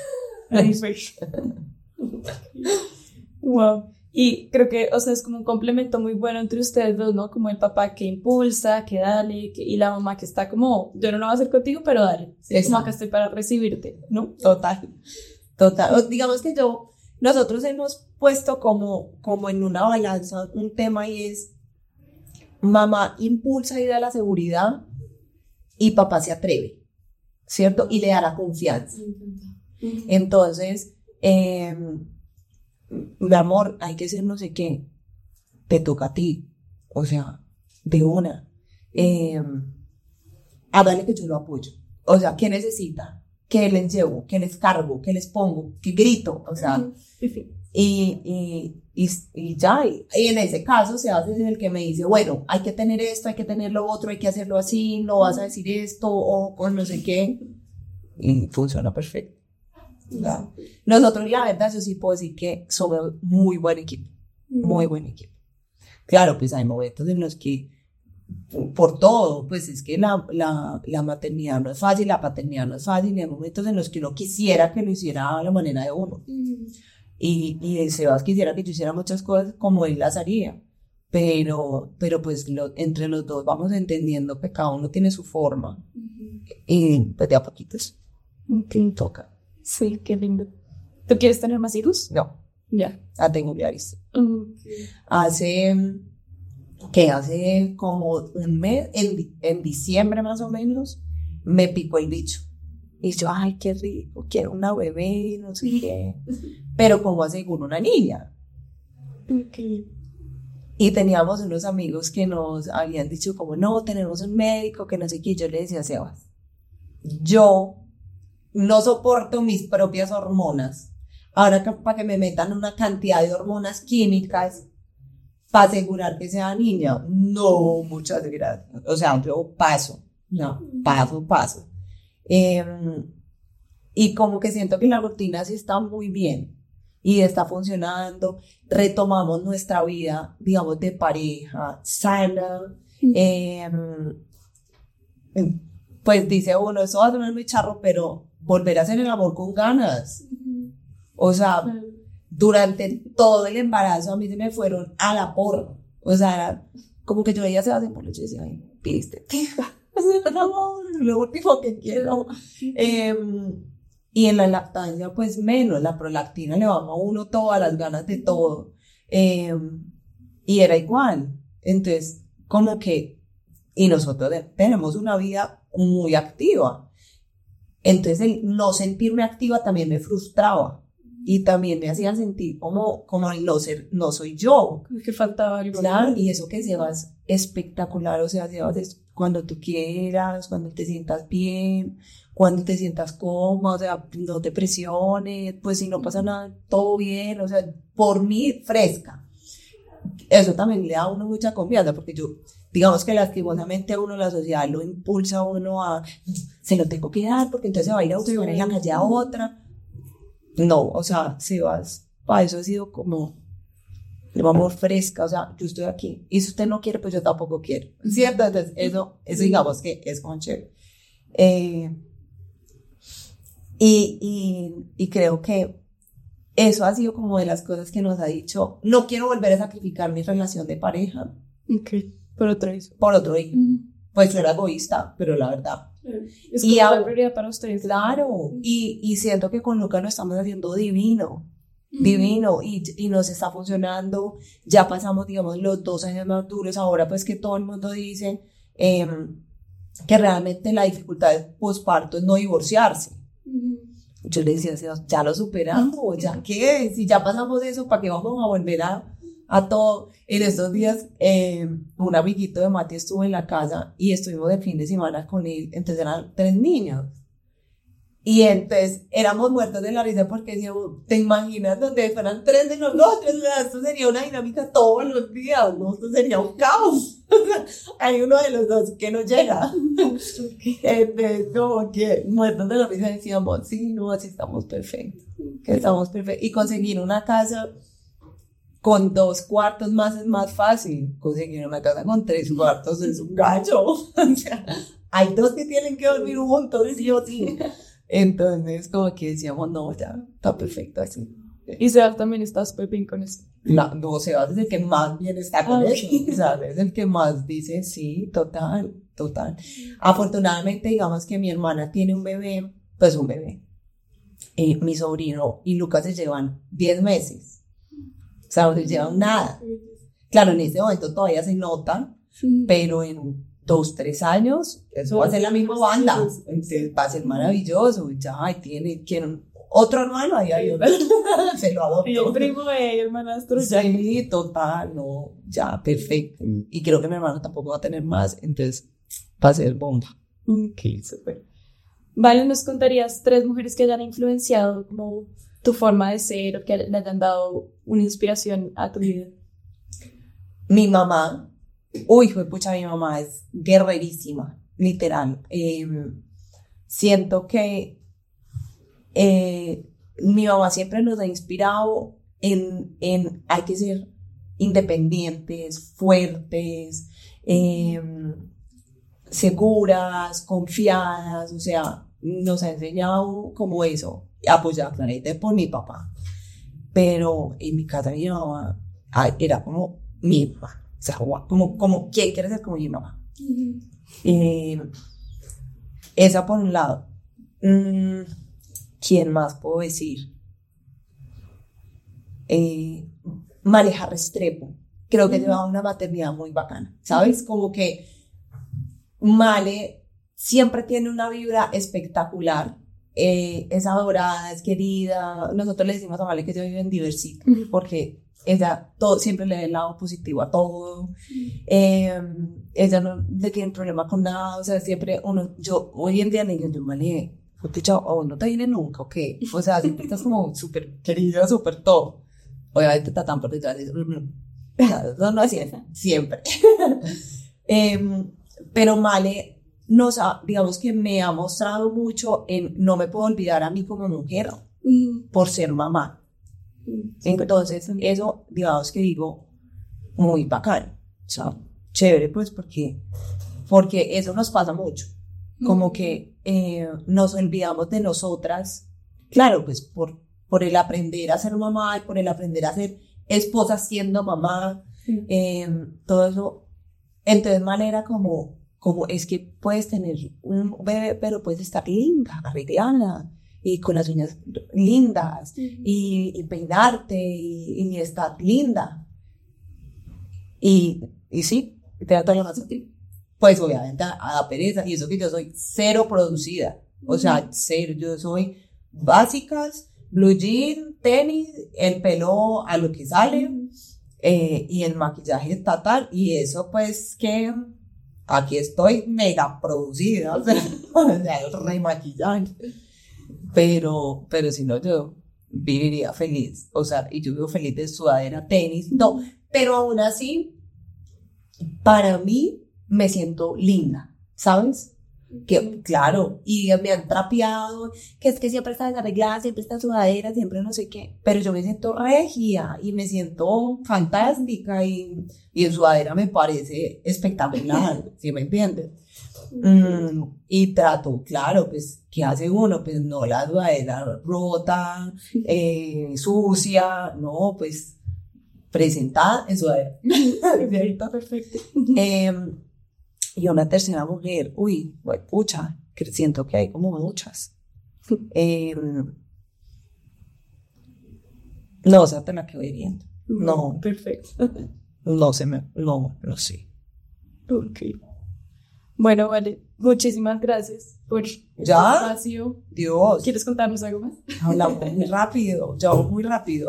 Wow. Y creo que, o sea, es como un complemento muy bueno entre ustedes dos, ¿no? Como el papá que impulsa, que dale, y la mamá que está como, yo no lo voy a hacer contigo, pero dale. Sí, como acá estoy para recibirte, ¿no? Total. Digamos que nosotros hemos puesto como en una balanza un tema, y es, mamá impulsa y da la seguridad, y papá se atreve, ¿cierto? Y le da la confianza. Entonces, mi amor, hay que hacer no sé qué, te toca a ti, o sea, de una. Hágale que yo lo apoyo. O sea, ¿qué necesita? ¿Qué les llevo? ¿Qué les cargo? ¿Qué les pongo? ¿Qué grito? O sea, y ya, y en ese caso se hace el que me dice, bueno, hay que tener esto, hay que tener lo otro, hay que hacerlo así, no vas a decir esto, o con no sé qué, y funciona perfecto. ¿No? Nosotros, la verdad, yo sí puedo decir que somos muy buen equipo, muy buen equipo. Claro, pues hay momentos en los que, por todo, pues es que la maternidad no es fácil, la paternidad no es fácil, y hay momentos en los que uno quisiera que lo hiciera a la manera de uno. Y Sebas quisiera que yo hiciera muchas cosas como él las haría, pero pues entre los dos vamos entendiendo que cada uno tiene su forma, y pues de a poquitos toca. Sí, qué lindo. ¿Tú quieres tener más hijos? No. Ya. Tengo clarísimo. Okay. Hace como un mes, en diciembre más o menos, me picó el bicho. Y yo, ay, qué rico, quiero una bebé, no sé qué. Pero como aseguro una niña. Okay. Y teníamos unos amigos que nos habían dicho como, no, tenemos un médico, que no sé qué. Yo le decía a Sebas, yo no soporto mis propias hormonas. Ahora para que me metan una cantidad de hormonas químicas para asegurar que sea niña, no, muchas gracias. O sea, yo paso. Y como que siento que la rutina sí está muy bien y está funcionando. Retomamos nuestra vida, digamos, de pareja sana. Pues dice uno, eso va a sonar muy charro, pero volver a hacer el amor con ganas. O sea, durante todo el embarazo a mí se me fueron a la porra. O sea, como que yo veía se hacen por la noche y decía, ay, piste, lo último que quiero. Y en la lactancia, pues menos, la prolactina le baja a uno todas las ganas de todo. Y era igual. Entonces, como que, y nosotros tenemos una vida muy activa. Entonces, el no sentirme activa también me frustraba. Y también me hacían sentir como el no soy yo. Que faltaba algo. Claro, y eso que Sebas espectacular, o sea, Sebas es cuando tú quieras, cuando te sientas bien, cuando te sientas cómodo, o sea, no te presiones, pues si no pasa nada, todo bien, o sea, por mí, fresca. Eso también le da a uno mucha confianza, porque digamos que lastimosamente a uno la sociedad lo impulsa a uno a, se lo tengo que dar, porque entonces se va a ir a otra y van a ir a calle a otra. No, o sea, Sebas, para eso ha sido como mi amor, fresca, o sea, yo estoy aquí. Y si usted no quiere, pues yo tampoco quiero. ¿Cierto? Entonces, eso digamos que es como chévere. Y creo que eso ha sido como de las cosas que nos ha dicho, no quiero volver a sacrificar mi relación de pareja. Okay. Por otro hijo. Por otro hijo. Pues yo era egoísta, pero la verdad. Es como la prioridad para ustedes. Claro. Y siento que con Lucas lo estamos haciendo divino. Divino. Y nos está funcionando. Ya pasamos, digamos, los 2 años más duros. Ahora pues que todo el mundo dice que realmente la dificultad del posparto es no divorciarse. Yo le decía, ya lo superamos, ya qué, si ya pasamos eso, ¿para qué vamos a volver a todo? En estos días, un amiguito de Mati estuvo en la casa y estuvimos de fin de semana con él, entonces eran 3 niños. Y entonces éramos muertos de la risa porque decíamos, ¿te imaginas donde fueran 3 de nosotros? Esto sería una dinámica todos los días, ¿no? Esto sería un caos. Hay uno de los dos que no llega. Entonces, como que muertos de la risa decíamos, sí, no, así estamos perfectos. Que estamos perfectos. Y conseguir una casa con 2 cuartos más es más fácil. Conseguir una casa con 3 cuartos es un gallo. O sea, hay 2 que tienen que dormir juntos, sí o sí. Entonces, como que decíamos, no, ya, está perfecto así. Y Sebas también está súper bien con eso. No, Sebas es el que más bien está con eso. O sea, es el que más dice, sí, total. Afortunadamente, digamos que mi hermana tiene un bebé, pues un bebé. Mi sobrino y Lucas se llevan 10 meses. O sea, no se llevan nada. Claro, en ese momento todavía se nota, pero en 2, 3 años, eso va a ser la misma banda. Entonces, va a ser maravilloso. Ya, quieren otro hermano, ahí se lo adoptó. Y el primo de hermanastro. Sí, total, no, ya, perfecto. Y creo que mi hermano tampoco va a tener más, entonces va a ser bomba. Ok, súper. Vale, ¿nos contarías 3 mujeres que hayan influenciado como tu forma de ser o que le hayan dado una inspiración a tu vida? Mi mamá. Uy, pucha, mi mamá es guerrerísima, literal. Siento que mi mamá siempre nos ha inspirado en hay que ser independientes, fuertes, seguras, confiadas, o sea, nos ha enseñado como eso, apoyar claramente por mi papá. Pero en mi casa mi mamá era como mi mamá. O sea, como ¿quién quiere ser como mi mamá? Esa por un lado. ¿Quién más puedo decir? Manejar Restrepo. Creo que llevaba una maternidad muy bacana, ¿sabes? Como que Male siempre tiene una vibra espectacular. Es adorada, es querida. Nosotros le decimos a Male que ella vive en Diversity, porque ella siempre le ve el lado positivo a todo. Ella no le tiene problema con nada. O sea, siempre yo hoy en día le digo, Male, no te viene nunca, ¿ok? O sea, siempre estás como súper querida, súper todo. Obviamente está tan por detrás de eso. No es siempre. Pero Male digamos que me ha mostrado mucho en no me puedo olvidar a mí como mujer por ser mamá. Entonces, eso, digamos que digo, muy bacán. O sea, chévere, pues, porque eso nos pasa mucho. Como que nos olvidamos de nosotras. Claro, pues, por el aprender a ser mamá y por el aprender a ser esposa siendo mamá, todo eso. Entonces, manera como es que puedes tener un bebé, pero puedes estar linda, arreglada, y con las uñas lindas, y peinarte, y estar linda. Y sí, te da todo lo más a ti. Pues obviamente a la pereza, y eso que yo soy cero producida. O sea, cero, yo soy básicas, blue jean, tenis, el pelo a lo que sale, y el maquillaje estatal, y eso pues que aquí estoy mega producida, o sea, re maquillaje. Pero si no, yo viviría feliz, o sea, y yo vivo feliz de sudadera, tenis, no, pero aún así, para mí, me siento linda, ¿sabes? Que, claro, y me han trapeado, que es que siempre está desarreglada, siempre está sudadera, siempre no sé qué, pero yo me siento regia y me siento fantástica y en sudadera me parece espectacular, ¿sí me entiendes? Y trato, claro, pues, ¿qué hace uno? Pues no la sudadera rota, sucia, no, pues, presentada en sudadera. Está perfecto. Y una tercera mujer, uy, pucha, que siento que hay como muchas. No, o sea, te la quedo viendo. No. Perfecto. No sé. Ok. Bueno, vale. Muchísimas gracias por este ¿Ya? espacio. Dios. ¿Quieres contarnos algo más? Hablamos muy rápido. Yo muy rápido.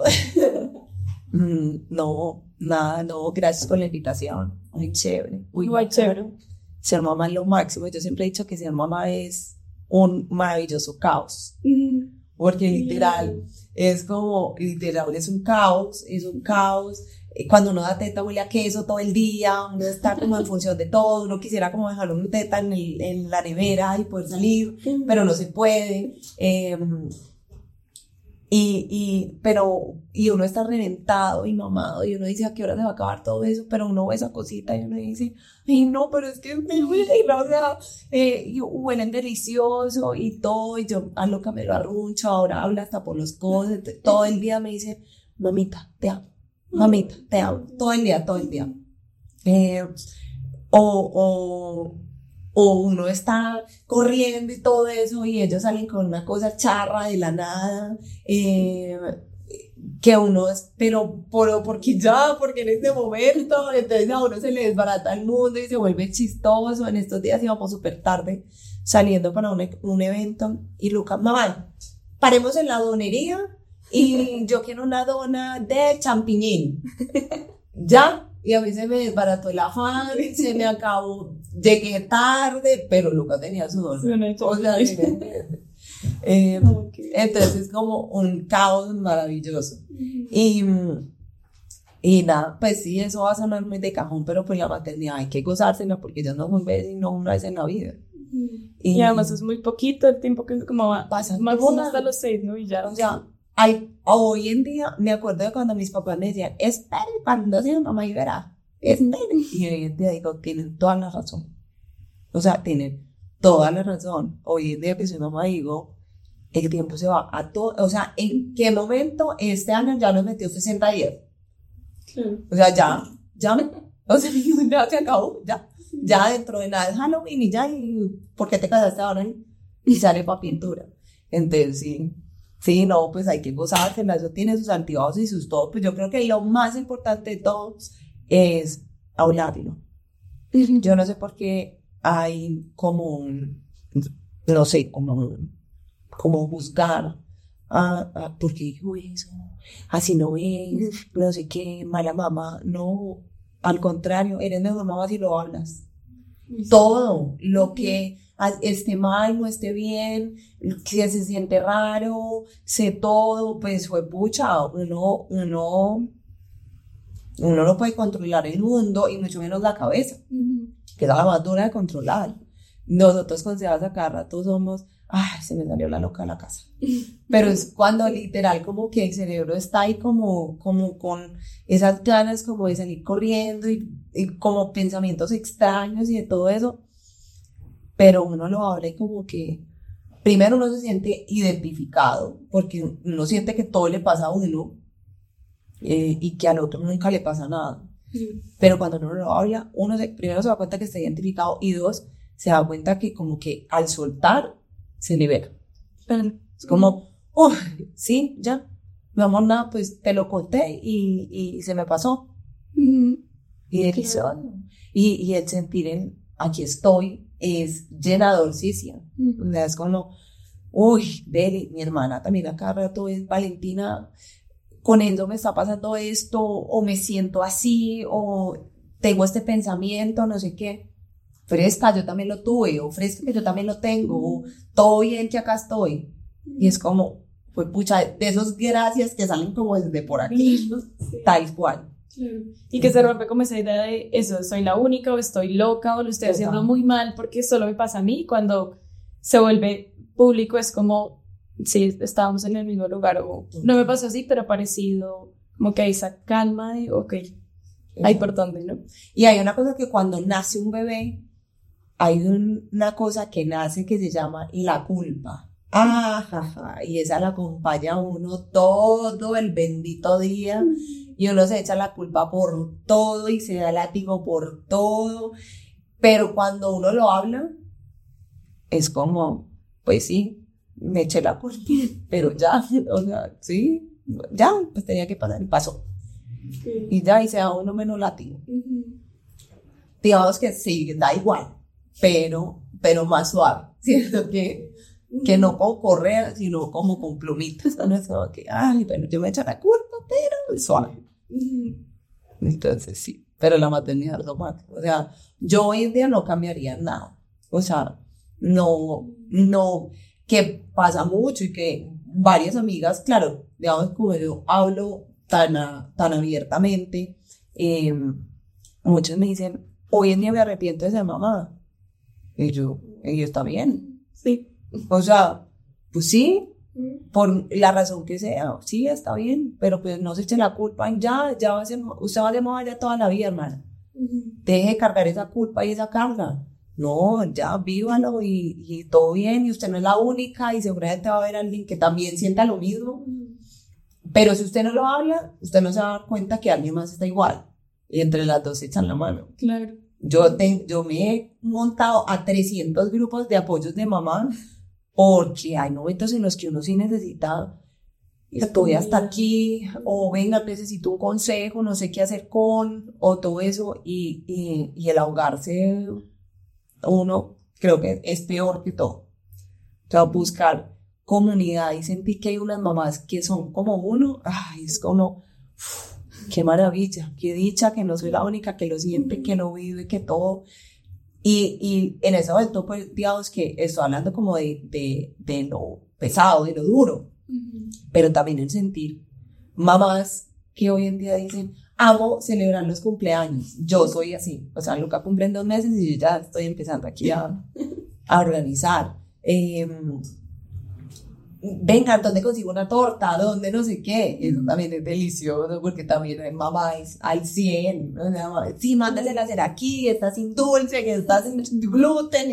No, nada, no. Gracias por la invitación. Muy chévere. Muy chévere. Ser mamá es lo máximo. Yo siempre he dicho que ser mamá es un maravilloso caos. Porque literal, es un caos, Cuando uno da teta huele a queso todo el día, uno está como en función de todo, uno quisiera como dejar una teta en la nevera y poder salir, pero no se puede. Y uno está reventado y mamado y uno dice a qué hora se va a acabar todo eso, pero uno ve esa cosita y uno dice, ay no, pero es que me huele, o sea, y huelen delicioso y todo, y yo a loca me lo arruncho, ahora habla hasta por los codos, todo el día me dice, mamita, te amo, todo el día. O uno está corriendo y todo eso y ellos salen con una cosa charra de la nada, que uno es, pero porque en este momento, entonces a uno se le desbarata el mundo y se vuelve chistoso. En estos días íbamos súper tarde saliendo para un evento y Lucas, mamá, paremos en la donería y yo quiero una dona de champiñín. ¿Ya? Y a mí se me desbarató el afán, se me acabó, llegué tarde, pero Lucas tenía su dona. O sea, entonces es como un caos maravilloso. Y nada, pues sí, eso va a sonar muy de cajón, pero pues la maternidad hay que gozársela porque ya no es un vez sino una vez en la vida. Y además es muy poquito el tiempo que como va, pasa más hasta los 6, ¿no? Y ya. O sea, hoy en día me acuerdo de cuando mis papás me decían, espere, cuando sea mamá y verá, espere. Y hoy en día digo, tienen toda la razón. O sea, tienen toda la razón. Hoy en día que soy mamá digo, el tiempo se va a todo. O sea, ¿en qué momento este año ya nos metió 60 días? O sea, ya, o sea, ya se acabó, ya dentro de nada es Halloween y ya, y ¿por qué te casaste ahora? Y sale para pintura. Entonces, sí, no, pues hay que gozársela, eso tiene sus altibajos y sus todo, pues yo creo que lo más importante de todo es hablarlo. Yo no sé por qué hay como no sé, como juzgar, ¿por qué dijo eso? Así no es, no sé qué, mala mamá, no, al contrario, eres mejor mamá si lo hablas. Todo lo que esté mal, no esté bien, que se siente raro, sé todo, pues fue pucha, uno no puede controlar el mundo y mucho menos la cabeza, que es la más dura de controlar. Nosotros con Sebas a cada rato somos, se me salió la loca de la casa. Pero es cuando literal como que el cerebro está ahí como con esas ganas como de salir corriendo y como pensamientos extraños y de todo eso. Pero uno lo abre como que, primero uno se siente identificado, porque uno siente que todo le pasa a uno y que al otro nunca le pasa nada. Pero cuando uno lo habla, primero se da cuenta que está identificado y dos, se da cuenta que como que al soltar, se libera. Es como, sí, ya, mi amor, nada, pues te lo conté y se me pasó. Y delicioso. Y el sentir aquí estoy es llenadorcísimo. O sea, es como, Deli, mi hermana también acá rato es Valentina, con Enzo me está pasando esto, o me siento así, o tengo este pensamiento, no sé qué. Fresca, yo también lo tuve, o fresca, que yo también lo tengo, o todo bien que acá estoy. Y es como, pues pucha, de esos gracias que salen como desde por aquí, tal cual. Claro. Y que se rompe como esa idea de eso, soy la única o estoy loca o lo estoy haciendo muy mal porque solo me pasa a mí. Cuando se vuelve público es como, sí, estábamos en el mismo lugar o no me pasó así, pero parecido, como que hay esa calma de, ok, hay por dónde, ¿no? Y hay una cosa que cuando nace un bebé, hay una cosa que nace que se llama la culpa. Y esa la acompaña a uno todo el bendito día. Y uno se echa la culpa por todo y se da látigo por todo. Pero cuando uno lo habla, es como, pues sí, me eché la culpa, pero ya, o sea, sí, ya, pues tenía que pasar y pasó. Y ya, y se da uno menos látigo. Digamos que sí, da igual, pero más suave, ¿cierto? Que no con correa, sino como con plumitas. No es como que, bueno, yo me echo la culpa, pero suave. Entonces sí, pero la maternidad es lo más. O sea, yo hoy en día no cambiaría nada. O sea, no, que pasa mucho y que varias amigas, claro, digamos como yo hablo tan abiertamente, muchos me dicen, hoy en día me arrepiento de ser mamá. Y yo está bien. Sí. O sea, pues sí, por la razón que sea, sí, está bien, pero pues no se eche la culpa, ya va a ser, usted va a ser mamá ya toda la vida, hermana. Deje de cargar esa culpa y esa carga. No, ya vívalo y todo bien, y usted no es la única, y seguramente va a haber alguien que también sienta lo mismo. Pero si usted no lo habla, usted no se va a dar cuenta que alguien más está igual. Y entre las dos se echan la mano. Claro. Yo me he montado a 300 grupos de apoyos de mamá, porque hay momentos en los que uno sí necesita, estoy hasta aquí, o venga, necesito un consejo, no sé qué hacer o todo eso, y el ahogarse, uno creo que es peor que todo. O sea, buscar comunidad y sentir que hay unas mamás que son como uno, es como, qué maravilla, qué dicha que no soy la única que lo siente, que lo vive, que todo. Y en ese momento, pues, digamos que estoy hablando como de lo pesado, de lo duro, pero también el sentir mamás que hoy en día dicen, amo celebrar los cumpleaños. Yo soy así, o sea, Luca cumple en 2 meses y yo ya estoy empezando aquí a organizar. Venga, ¿dónde consigo una torta? ¿Dónde no sé qué? Eso también es delicioso porque también mamá es al 100. O sea, sí, mándasela a hacer aquí, está sin dulce, que está sin gluten.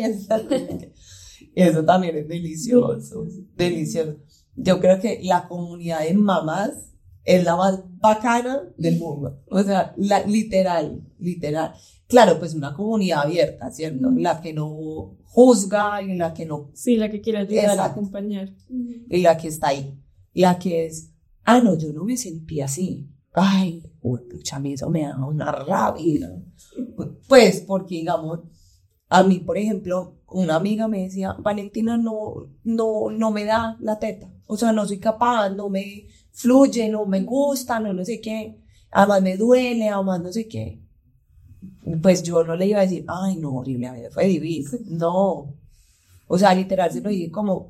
Eso también es delicioso, delicioso. Yo creo que la comunidad de mamás es la más bacana del mundo. O sea, literal. Claro, pues una comunidad abierta, ¿cierto? La que no juzga y la que no... Sí, la que quiere ayudar a acompañar. Y la que está ahí. La que es, no, yo no me sentí así. Pucha, a mí eso me da una rabia. Pues, porque digamos, a mí, por ejemplo, una amiga me decía, Valentina, no me da la teta. O sea, no soy capaz, no me fluye, no me gusta, no sé qué. Además me duele, además no sé qué. Pues yo no le iba a decir, no, horrible, a mí fue divino. No. O sea, literal se lo dije como,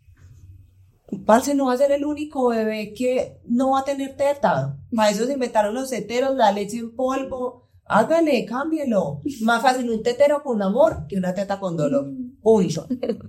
parce, no va a ser el único bebé que no va a tener teta. Para eso se inventaron los teteros, la leche en polvo. Hágale, cámbielo. Más fácil un tetero con amor que una teta con dolor. Punto.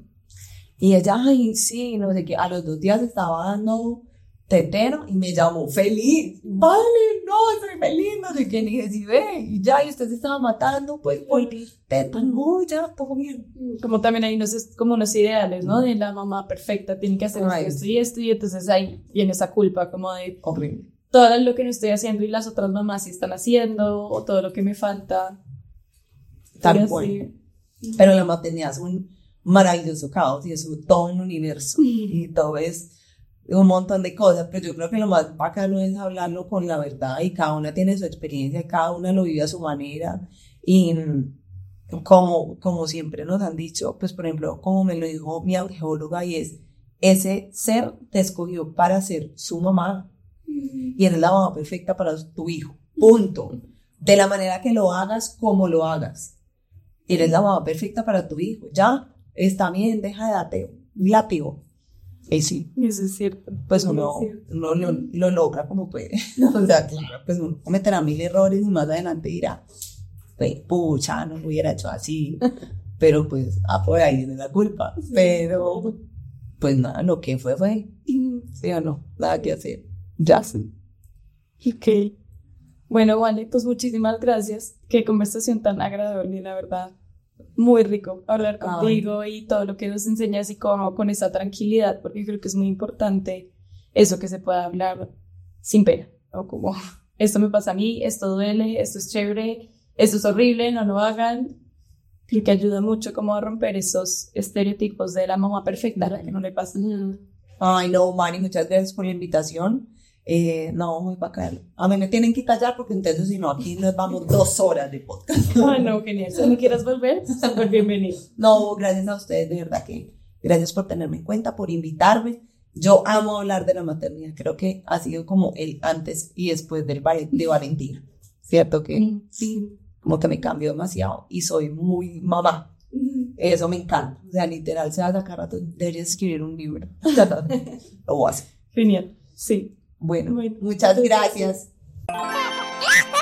Y ella, sí, no sé qué. A los 2 días estaba dando tetero y me llamó feliz. Vale, no, estoy feliz, no sé qué. Ni dije, sí, ve. Y ya, y usted se estaba matando, pues, por teta. No, ya, todo bien. Como también hay como unos ideales, ¿no? De la mamá perfecta, tiene que hacer esto y esto. Y entonces ahí viene esa culpa como de... Horrible. Todo lo que no estoy haciendo y las otras mamás sí están haciendo, o todo lo que me falta. Tal cual. Pero la maternidad es un maravilloso caos y es todo un universo. Y todo es un montón de cosas, pero yo creo que lo más bacano es hablarlo con la verdad y cada una tiene su experiencia, cada una lo vive a su manera. Y como siempre nos han dicho, pues por ejemplo, como me lo dijo mi audióloga, y es, ese ser te escogió para ser su mamá. Y eres la mamá perfecta para tu hijo, punto. De la manera que lo hagas, como lo hagas, eres la mamá perfecta para tu hijo, ya, está bien, deja de látigo. Y sí, Eso es cierto. pues Eso uno es cierto. lo logra como puede. O sea, claro, pues uno cometerá 1000 errores y más adelante dirá, pues, pucha, no lo hubiera hecho así. Pero pues, por ahí viene la culpa. Pero, pues nada, lo que fue. ¿Sí o no? Nada que hacer. Ya sí. Ok. Bueno, vale, pues muchísimas gracias. Qué conversación tan agradable, la verdad. Muy rico hablar contigo y todo lo que nos enseñas y como con esa tranquilidad, porque creo que es muy importante eso, que se pueda hablar sin pena, o como, esto me pasa a mí, esto duele, esto es chévere, esto es horrible, no lo hagan. Creo que ayuda mucho como a romper esos estereotipos de la mamá perfecta, a la que no le pasa nada. Ay, no, Mari, muchas gracias por la invitación. No, muy bacán. A mí me tienen que callar porque entonces si no, aquí nos vamos 2 horas de podcast. Ah, no, genial. Si no quieras volver, súper bienvenido. No, gracias a ustedes, de verdad que gracias por tenerme en cuenta, por invitarme. Yo amo hablar de la maternidad, creo que ha sido como el antes y después de Valentina, ¿cierto? Que Sí. como que me cambió demasiado y soy muy mamá. Eso me encanta, o sea, literal, se va a sacar rato, debería escribir un libro. Lo voy a hacer. Genial, sí. Bueno, Bueno, muchas gracias.